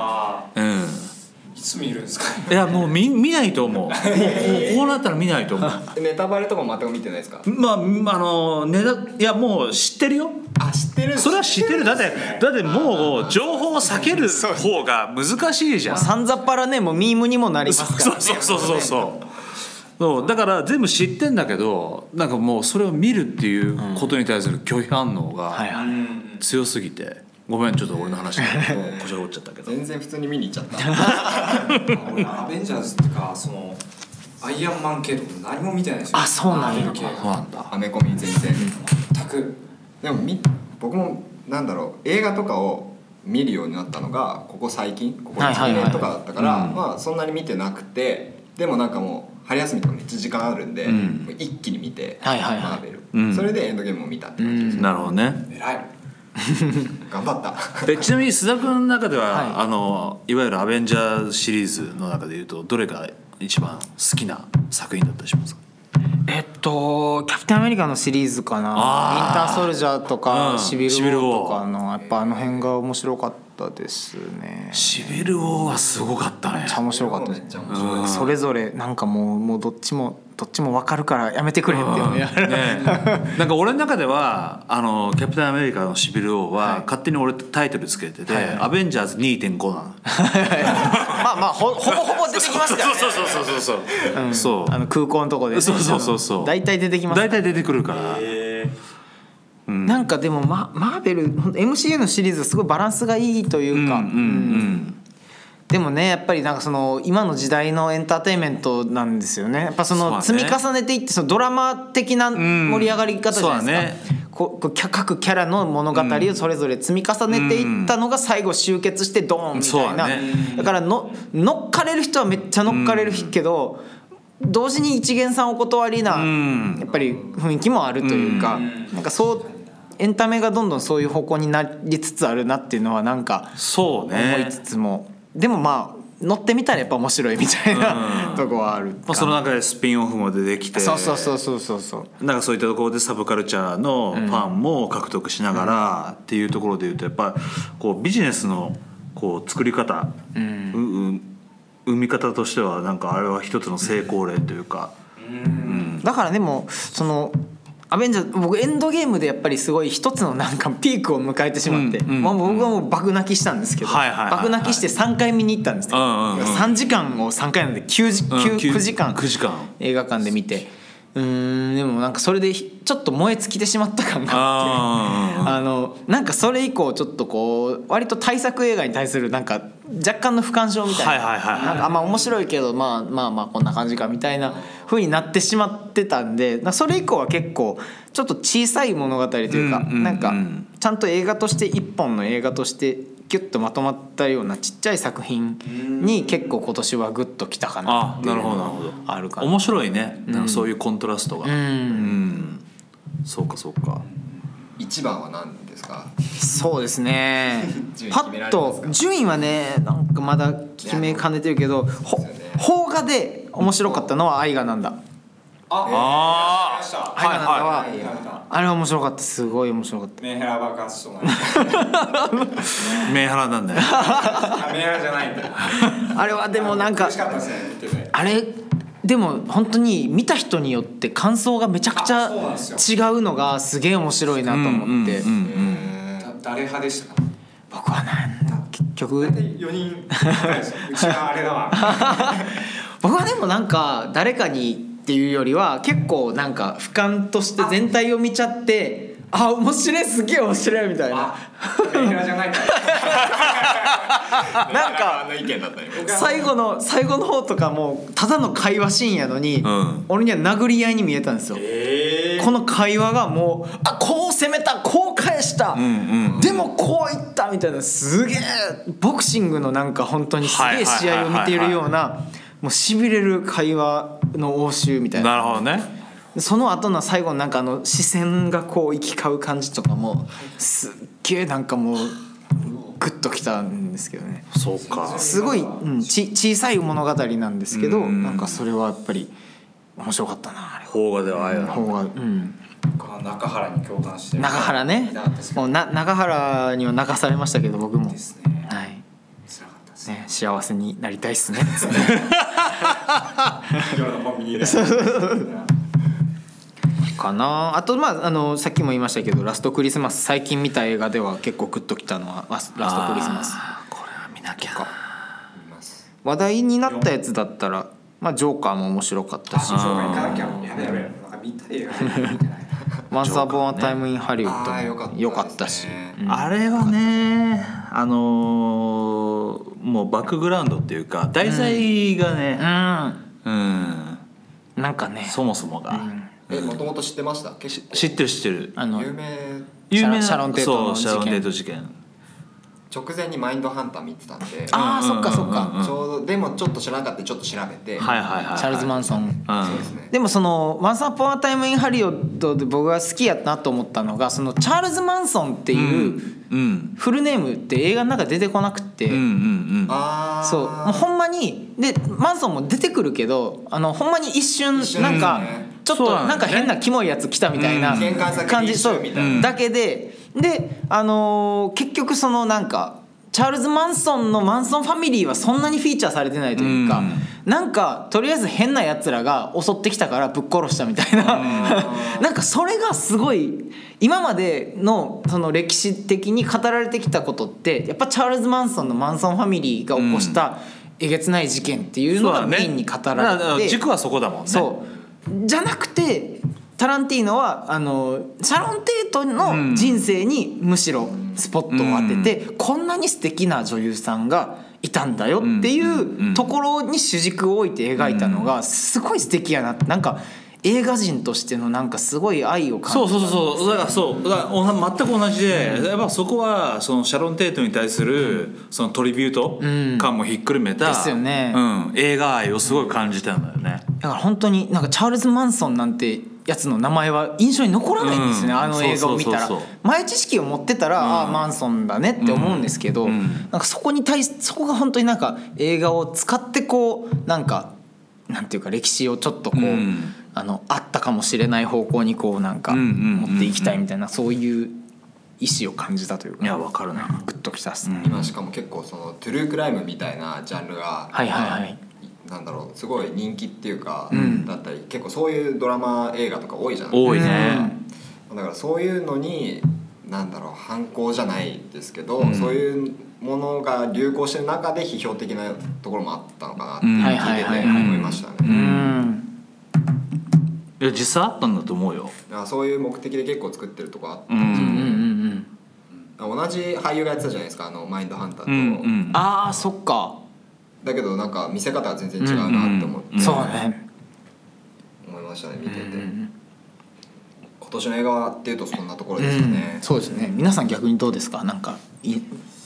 いつ見るんですか。
いやもう見ないと思う。もうこうなったら見ないと思う。
ネタバレとか全く見てないですか。
いやもう知ってるよ。
知ってる。
それは知ってる。だってもう情報を避ける方が難しいじゃん。
さんざっぱらねもうミームにもなりますからね。
そうだから全部知ってんだけどなんかもうそれを見るっていうことに対する拒否反応が強すぎて。ごめんちょっと俺の話こちらこっちゃったけど
全然普通に見に行っちゃった。
俺アベンジャーズってかそのアイアンマン系とか何も見てないですよ。
そうなんだ。
アメコミ全然
全く。
でも僕も映画とかを見るようになったのがここ最近ここ1年とかだったからそんなに見てなくて、でもなんかもう春休みとかめっちゃ時間あるんでもう一気に見てマーベル、それでエンドゲームを見たって感じです。
なるほどね。
偉い。
頑張った。
ちなみに須田君の中では、いわゆるアベンジャーズシリーズの中でいうとどれが一番好きな作品だったりしますか。
キャプテンアメリカのシリーズかな。インターソルジャーとかシビルウォーとかのやっぱあの辺が面白かったですね。
シビルウォーはすごかったね。
めっちゃ面白かったです。それぞれなんかもうどっちも分かるからやめてくれっていうね。
なんか俺の中ではキャプテンアメリカのシビルウォーは勝手に俺タイトルつけてて、アベンジャーズ 2.5 なの。
ほぼ出てきますからね。そう空港のとこで
そう
大体出てきます。
大体出てくるから。
なんかでもマーベル MCU のシリーズはすごいバランスがいいというか。でもねやっぱりなんかその今の時代のエンターテインメントなんですよね。やっぱその積み重ねていってそのドラマ的な盛り上がり方じゃないですか。各キャラの物語をそれぞれ積み重ねていったのが最後集結してドーンみたいな。だから乗っかれる人はめっちゃ乗っかれるけど同時に一見さんお断りなやっぱり雰囲気もあるというか、なんかそうエンタメがどんどんそういう方向になりつつあるなっていうのはなんか思いつつも。でも乗ってみたらやっぱ面白いみたいなとこはある。
その中でスピンオフも出てきて、
そう
なんかそういったところでサブカルチャーのファンも獲得しながらっていうところでいうとやっぱこうビジネスのこう作り方、生み方としてはなんかあれは一つの成功例というか、
だからでもそのアベンジャーズ僕エンドゲームでやっぱりすごい一つのなんかピークを迎えてしまって、僕はもう爆泣きしたんですけど、爆泣きして3回見に行ったんですけど、3時間を3回なんで9時間映画館で見て、 でもなんかそれでちょっと燃え尽きてしまった感があってなんかそれ以降ちょっとこう割と大作映画に対するなんか若干の不干渉みたいな、なんかまあ面白いけどまあこんな感じかみたいな風になってしまってたんで、それ以降は結構ちょっと小さい物語というか、なんかちゃんと映画として一本の映画としてギュッとまとまったようなちっちゃい作品に結構今年はグッときたかなっていうのがあるかな。
面白いね、なんかそういうコントラストが。そうかそうか。
一番は何ですか？
そうですねパッと順位はねなんかまだ決めかねてるけど、邦画で面白かったのは愛がなんだ。愛がなんだはあれ面白かった、すごい面白かった。
メンヘラ爆発しそうな
メンヘラなんだよ。
メンヘラじゃないんだよ。
あれはでもなんかあれでも本当に見た人によって感想がめちゃくちゃ違うのがすげえ面白いなと思って。
誰派でしたか？
僕はなんだ結局
4人うちはあれだわ
僕はでもなんか誰かにっていうよりは結構なんか俯瞰として全体を見ちゃって、面白い、すげえ面白いみたいな。
メンヘラじゃないか
なんか最後の方とかもただの会話シーンやのに、俺には殴り合いに見えたんですよ。この会話がもうこう攻めた、こう返した、でもこういったみたいな、すげえボクシングのなんか本当にすげえ試合を見ているようなもうしびれる会話の応酬みたいな。
なるほどね。
その後の最後のなんか視線がこう行き交う感じとかもすっげえなんかもうグッときたんですけどね。
そうか。
すごい、小さい物語なんですけど、なんかそれはやっぱり面白かったな。あれ
邦画ではあれだ。
邦画、
中原に共感してる。
中原ね。もう中原には泣かされましたけど僕も。
ですね。
はい。ね、幸せになりたいっすね。
夜のコンビニで。
かなあとさっきも言いましたけどラストクリスマス最近見た映画では結構グッときたのはラストクリスマス。
これは見なきゃ。
話題になったやつだったらジョーカーも面白かったし、ワンスアポンアタイムインハリウッドも良かったし、
あれはねもうバックグラウンドっていうか題材がね、
なんかね
そもそもが。
もともと知ってました？
知ってる
有名なシャロンテ
ート事件。
直前にマインドハンター見てたんで、
そっかそっか。
ちょうどでもちょっと知らなかったちょっと調べて、
チャールズ・マンソン。
そうですね。
でもその「ワンスアポンアタイムインハリウッド」で僕が好きやなと思ったのがそのチャールズ・マンソンっていうフルネームって映画の中で出てこなくて、そうもうほんまにでマンソンも出てくるけどほんまに一瞬なんかちょっとなんか変なキモいやつ来たみたいな感じだけで結局そのなんかチャールズ・マンソンのマンソンファミリーはそんなにフィーチャーされてないというか、なんかとりあえず変なやつらが襲ってきたからぶっ殺したみたいななんかそれがすごい今までのその歴史的に語られてきたことってやっぱチャールズ・マンソンのマンソンファミリーが起こしたえげつない事件っていうのがメインに語られて、
軸はそこだもんね。
そうじゃなくてタランティーノはシャロン・テイトの人生にむしろスポットを当てて、こんなに素敵な女優さんがいたんだよっていうところに主軸を置いて描いたのがすごい素敵やなって、なんか映画人としてのなんかすごい愛を感じた。
そうだから全く同じで、やっぱそこはそのシャロン・テイトに対するそのトリビュート感もひっくるめた、
ですよね、
映画愛をすごい感じたんだよね。
だから本当になんかチャールズ・マンソンなんてやつの名前は印象に残らないんですよね、あの映画を見たら。前知識を持ってたら、マンソンだねって思うんですけど、なんかそこが本当になんか映画を使ってこうなんていうか歴史をちょっとこう、あったかもしれない方向にこうなんか持っていきたいみたいな、そういう意思を感じたというか。
いや分かるな、
グッときたっすね。
今しかも結構そのトゥルークライムみたいなジャンルがなんだろう、すごい人気っていうか、だったり結構そういうドラマ映画とか多いじゃないですか。
多いね。
だからそういうのになんだろう、反抗じゃないですけど、そういうものが流行してる中で批評的なところもあったのかなって聞いてて思いましたね。
いや実際あったんだと思うよ。
そういう目的で結構作ってるとこあったんですよね。同じ俳優がやってたじゃないですか、マインドハンターと。
ああそっか。
だけどなんか見せ方は全然違うなって思って、
そうね
思いましたね、見てて。今年の映画っていうとそんなところですよね。
そうですね。皆さん逆にどうですか？なんか
今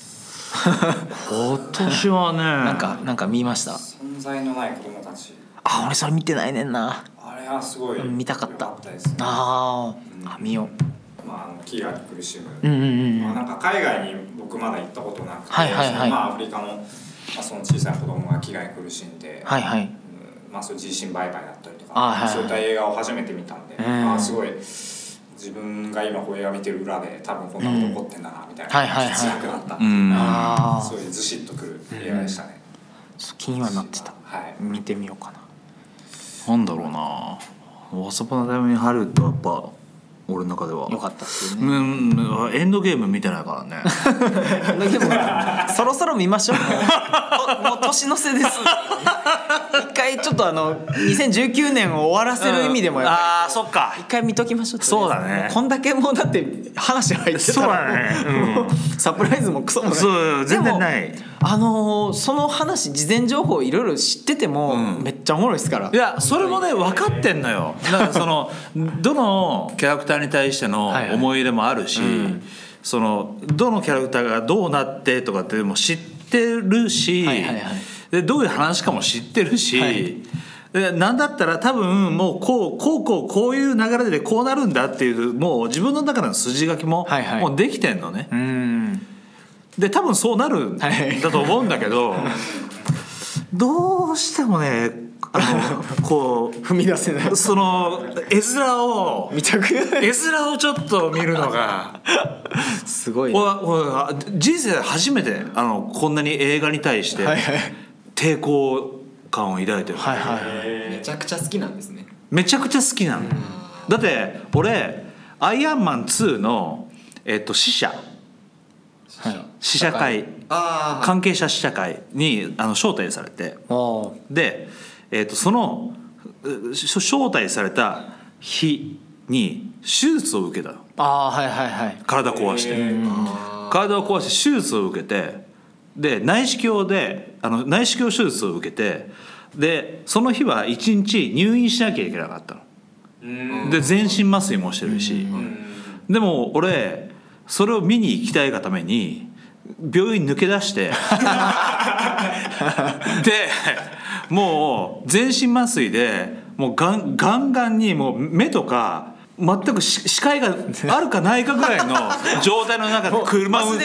年はね
なんか見ました？
存在のない子供たち。
俺それ見てないねんな。
あれはすごい
見たかった
ですね。
見よう。
飢餓に苦しむ、なんか海外に僕まだ行ったことなくて、アフリカの、その小さい子供が飢餓に苦しんで、そういう人身売買だったりとか、そういった映画を初めて見たんで、すごい自分が今こう映画見てる裏で多分こんなこと起こってんだなみたいな切なくなったっていうか、そういうずしっとくる映画でしたね。
気にはなってた。見てみようかな。
なんだろうな、Once Upon a Time in Hollywoodはやっぱ俺の中では
良かったっすよね。
エンドゲーム見てないからね。
エンドゲームそろそろ見ましょう。もう年の瀬です。一回ちょっと2019年を終わらせる意味でもやっぱり
そっか、
一回見ときましょう。
そうだね。
こんだけもうだって話入ってたらサプライズもクソもない。
そう全然ない。
その話事前情報いろいろ知っててもめっちゃおもろいですから。
いやそれもね分かってんのよ。だからそのどのキャラクターに対しての思い入れもあるし、そのどのキャラクターがどうなってとかっても知ってるし、でどういう話かも知ってるし、なんだったら多分もうこういう流れでこうなるんだっていうもう自分の中の筋書きももうできてんのね。で多分そうなるんだと思うんだけど、どうしてもねこう
踏み出せない。
その絵面を
見たくない。
絵面をちょっと見るのが
すごい。
人生で初めてこんなに映画に対して抵抗感を抱いてる。
めちゃくちゃ好きなんですね。
めちゃくちゃ好きなの。だって俺アイアンマン2の試写会、関係者試写会に招待されて、で、その招待された日に手術を受けたの。体を壊して手術を受けて、で内視鏡手術を受けて、でその日は1日入院しなきゃいけなかったの。で全身麻酔もしてるし、でも俺それを見に行きたいがために病院抜け出してでもう全身麻酔でもうガンガンにもう目とか全く視界があるかないかぐらいの状態の中で車運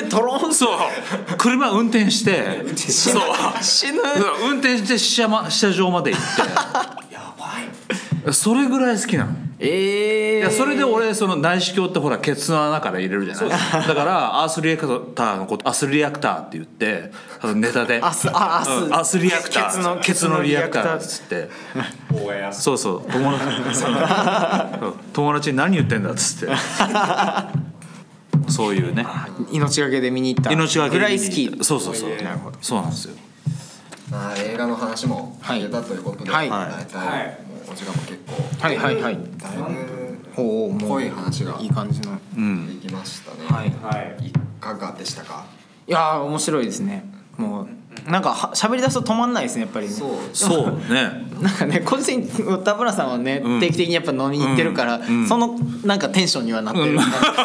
転して
死ぬ
運転して試写場まで行ってやばい、それぐらい好きなの。いやそれで俺その内視鏡ってほらケツの穴から入れるじゃない。だからアースリアクターのことアスリアクターって言ってネタでアスリアクターケツのリアクターっつってそう友達に何言ってんだっつってそういうね
命がけで見に行ったぐらい好き。
そうそうなんですよ。
映画の話も出たということで、大体もうお時間も結構だいぶ濃い話が
いい感じの
できましたね。いかがでしたか？
いや面白いですね。もうなんか喋り出すと止まんないですねやっぱりね。
そうね。
なんかね個人的に田村さんはね定期的にやっぱ飲みに行ってるからそのなんかテンションにはなってる。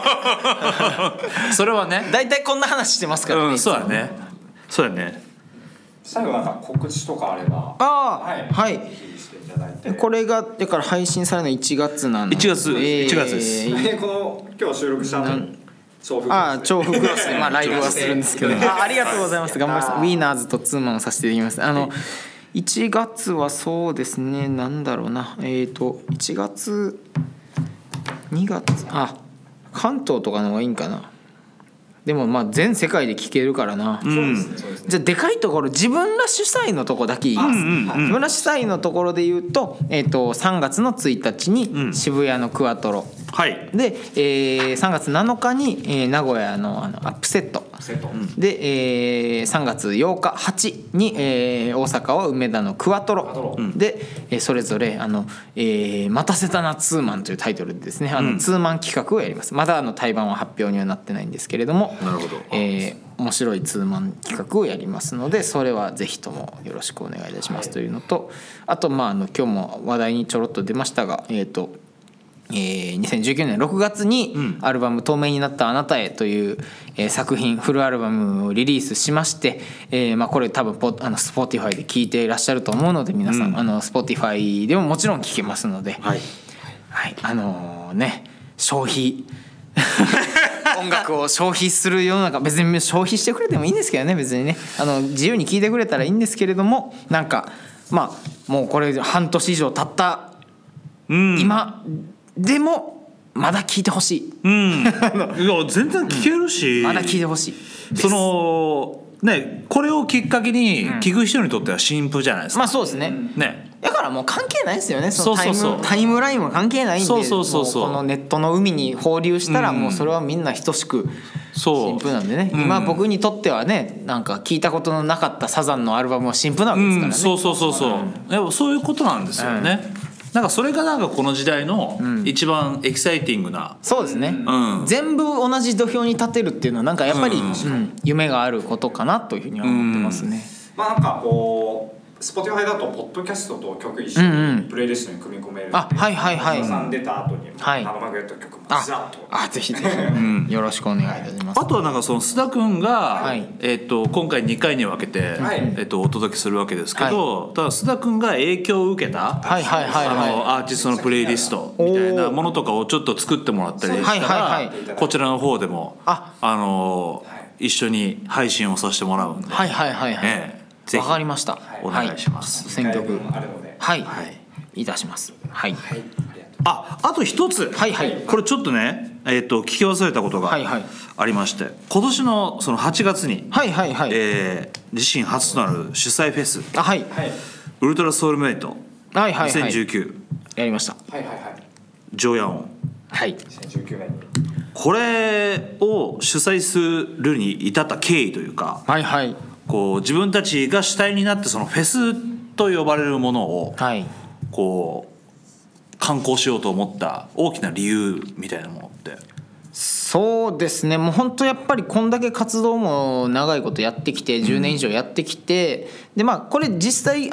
それはね。
だいたいこんな話してますからね。
そうだね。
最後なんか告知とかあれば。
はい。これがだから配信されるの1月なので。
1月です。
この今日収録した後に
調布クロスでライブはするんですけど。ありがとうございます。頑張ります。ウィーナーズとツーマンをさせていただきます。1月はそうですね。なんだろうな。1月2月関東とかの方がいいんかな。でも全世界で聴けるからな。じゃあでかいところ自分ら主催のとこだけ言います。自分ら主催のところで言うと、3月の1日に渋谷のクワトロ、で、3月7日に名古屋のアップセットで、3月8日8に、大阪は梅田のクワトロで、それぞれ待たせたなツーマンというタイトルでですねツーマン企画をやります。まだ対バンは発表にはなってないんですけれども、
なるほど、
面白いツーマン企画をやりますので、それはぜひともよろしくお願いいたしますというのと、あと今日も話題にちょろっと出ましたが、2019年6月にアルバム「透明になったあなたへ」という作品フルアルバムをリリースしまして、これ多分Spotify で聴いていらっしゃると思うので、皆さんSpotify でももちろん聴けますので、消費音楽を消費する世の中、別に消費してくれてもいいんですけどね、別にね自由に聴いてくれたらいいんですけれども、なんかもうこれ半年以上経った今でもまだ聴いてほしい。
いや全然聴けるし、
まだ聴いてほしい。
これをきっかけに聴く人にとっては新譜じゃないですか。
そうですね。だからもう関係ないですよね。タイムラインは関係ないんで、このネットの海に放流したらもうそれはみんな等しく新譜なんでね。今僕にとってはね、なんか聞いたことのなかったサザンのアルバムは新譜なわけですからね。
そういうことなんですよね。なんかそれがなんかこの時代の一番エキサイティングな、
そうですね、全部同じ土俵に立てるっていうのはなんかやっぱり、夢があることかなというふうには思ってますね。
なんかこうSpotify だとポッドキャストと曲一緒にプレイリストに組み込めるので、須田さん出た後にナノマグネット曲もずらっと
ぜひぜひよろしくお願いいたします。
あとはなんかその須田君が今回2回に分けてお届けするわけですけど、ただ須田君が影響を受けたアーティストのプレイリストみたいなものとかをちょっと作ってもらったりしたら、こちらの方でも一緒に配信をさせてもらうんで、
わかりました。
お願いします。
選曲いたします。
あと一つ、これちょっとね聞き忘れたことがありまして、今年のその8月に自身初となる主催フェスウルトラソウルメイト2019
やりました。
ジョヤオン、
2019年に
これを主催するに至った経緯というか、こう自分たちが主体になってそのフェスと呼ばれるものをこう観光しようと思った大きな理由みたいなものって。
そうですね、もう本当やっぱりこんだけ活動も長いことやってきて10年以上やってきて、でこれ実際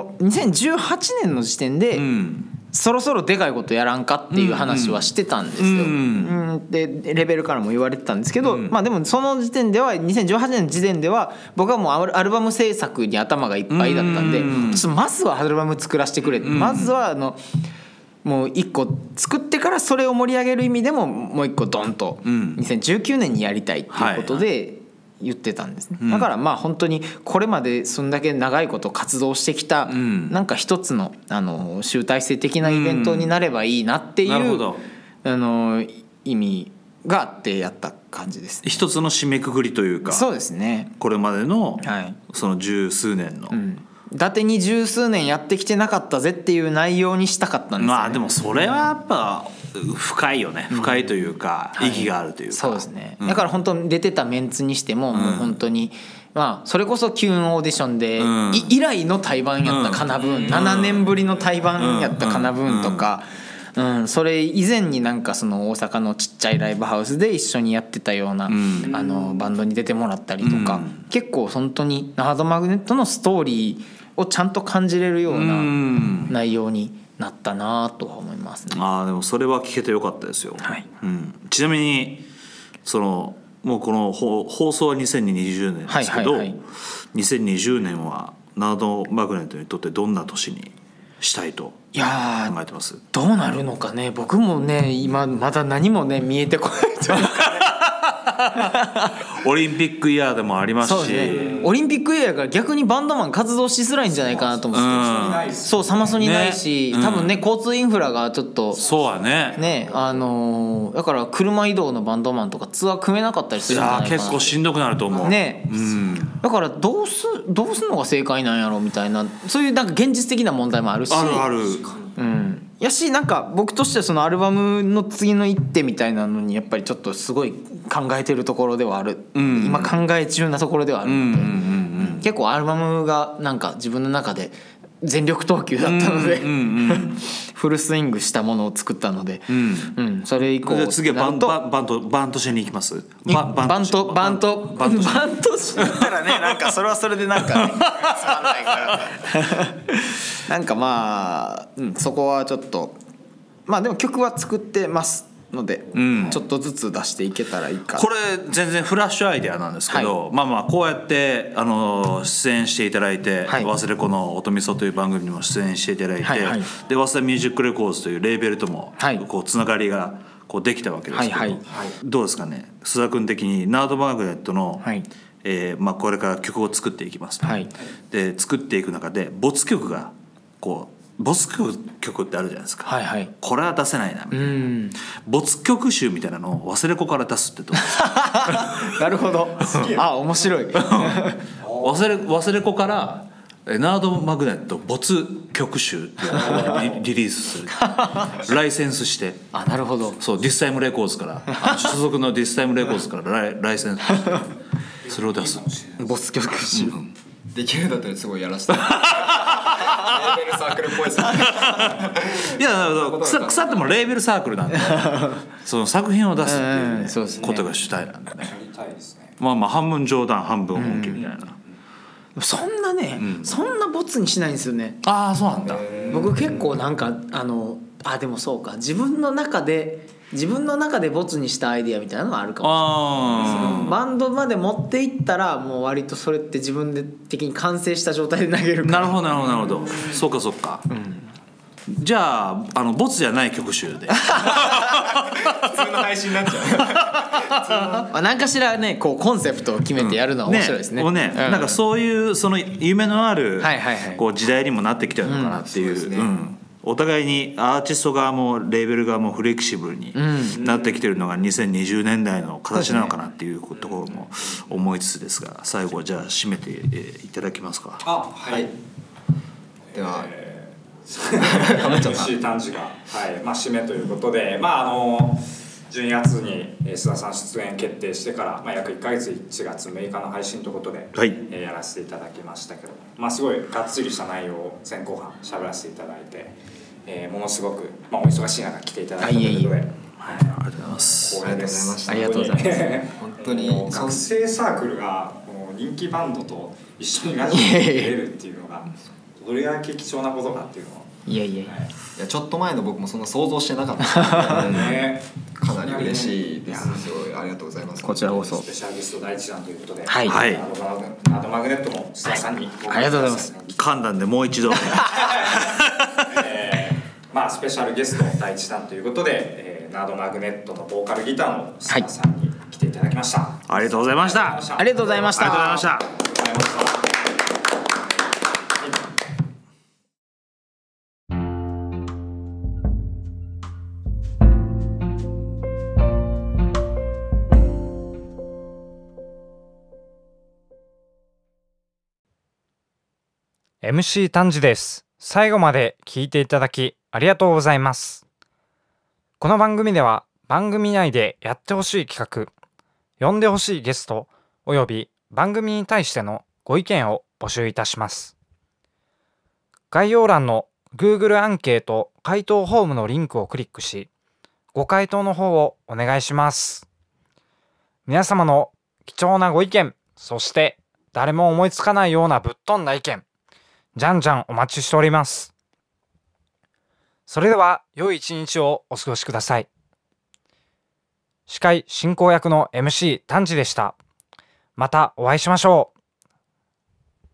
2018年の時点で、そろそろでかいことやらんかっていう話はしてたんですよ。でレベルからも言われてたんですけど、でもその時点では2018年の時点では僕はもうアルバム制作に頭がいっぱいだったんで、ちょっとまずはアルバム作らせてくれ、まずはもう一個作ってからそれを盛り上げる意味でももう一個ドンと2019年にやりたいっていうことで言ってたんですね。だから本当にこれまでそんだけ長いこと活動してきたなんか一つの集大成的なイベントになればいいなっていう意味があってやった感じです。
一つの締めくくりというか、
そうですね、
これまでのその十数年の
伊達に十数年やってきてなかったぜっていう内容にしたかったんですよね。
でもそれはやっぱ深いよね、深いというか意義があるというか、
そうですね、だから本当に出てたメンツにしても、もう本当にそれこそキュンオーディションで以来の対バンやったカナブーン、7年ぶりの対バンやったカナブーンとか、それ以前になんかその大阪のちっちゃいライブハウスで一緒にやってたようなバンドに出てもらったりとか、結構本当にナードマグネットのストーリーをちゃんと感じれるような内容になったなとは思いますね。
でもそれは聞けてよかったですよ。ちなみにもうこの放送は2020年ですけど、2020年はナードマグネットにとってどんな年にしたいと考えてます？
どうなるのかね、僕もね今まだ何もね見えてこないというか
オリンピックイヤーでもありますし、
オリンピックイヤーやから逆にバンドマン活動しづらいんじゃないかなと思って、そうサマソニないし、多分ね交通インフラがちょっとだから車移動のバンドマンとかツアー組めなかったりするんじゃないかな。
結構しんどくなると思う
ね、だからどうすのが正解なんやろみたいな、そういうなんか現実的な問題もあるし、 やしなんか僕としてはそのアルバムの次の一手みたいなのにやっぱりちょっとすごい考えてるところではある、今考え中なところではあるので、結構アルバムがなんか自分の中で全力投球だったのでフルスイングしたものを作ったので、それ以降
次はバントしに行きます。
バントしたらねなんかそれはそれでなんか、ね、つまんないからなんかまあ、そこはちょっとまあでも曲は作ってますので、ちょっとずつ出していけたらいいか。
これ全然フラッシュアイデアなんですけど、まあこうやって出演していただいて、忘れ子の音みそという番組にも出演していただいて、で早稲田ミュージックレコーズというレーベルともこうつながりがこうできたわけですけど、どうですかね、須田君的にナードマグネットの、まあこれから曲を作っていきますと、で作っていく中で没曲がこう没曲ってあるじゃないですか、これは出せないなみたいな、没曲集みたいなのを忘れ子から出すってどうですか
なるほど面白い
忘れ子からナードマグネット没曲集っていうのをリリースするライセンスして、
なるほど、
そうディスタイムレコーズから所属のディスタイムレコーズからライセンスしてそれを出す
没曲集、
できるんだったらすごいやらせてレーベルサークルっぽいですね
いや腐ってもレーベルサークルなんでその作品を出すっていうことが主体なんでね、まあ半分冗談半分本気みたいな、
そんなね、そんなボツにしないんですよね。
そうなんだ。
僕結構なんかでもそうか、自分の中でボツにしたアイディアみたいなのがあるかもしれない。バンドまで持っていったらもう割とそれって自分で的に完成した状態で投げるから。
なるほどそうか、じゃあボツじゃない曲集で
普通の配信になっちゃう
何かしらねこうコンセプトを決めてやるのは面白いですね。
なんかそういうその夢のあるこう時代にもなってきてるのかなっていう、お互いにアーティスト側もレーベル側もフレキシブルになってきてるのが2020年代の形なのかなっていうところも思いつつですが、最後はじゃあ締めていただけますか。
では
MC 丹治が、締めということで、12月に須田さん出演決定してから、約1ヶ月1月6日の配信ということで、やらせていただきましたけど、すごいがっつりした内容を前後半喋らせていただいて、ものすごく、お忙しい中来ていただいたということで、
ありがとうございます。
光栄です。
ありがとうございます。
本当に
学生サークルが人気バンドと一緒にラジオに出れるっていうのがどれだけ貴重なことかっていうのを、
いや
ちょっと前の僕もそんな想像してなかったので、かなり嬉しいです。すごいありがとうございます。
こちらこそ
スペシャリスト第一弾ということで、ナ
ー
ドマグネットの須田さんに、
ありがとうございます。
噛んだんでもう一度
スペシャルゲスト第一弾ということで、ナードマグネットのボーカルギターの須田さんに来ていただきました。
ありがとうございました。
ありがとうございました。
MC 丹治です。最後まで聞いていただきありがとうございます。この番組では番組内でやってほしい企画、呼んでほしいゲストおよび番組に対してのご意見を募集いたします。概要欄の Google アンケート回答フォームのリンクをクリックし、ご回答の方をお願いします。皆様の貴重なご意見、そして誰も思いつかないようなぶっ飛んだ意見、じゃんじゃんお待ちしております。それでは良い一日をお過ごしください。司会進行役の MC 丹治でした。またお会いしましょう。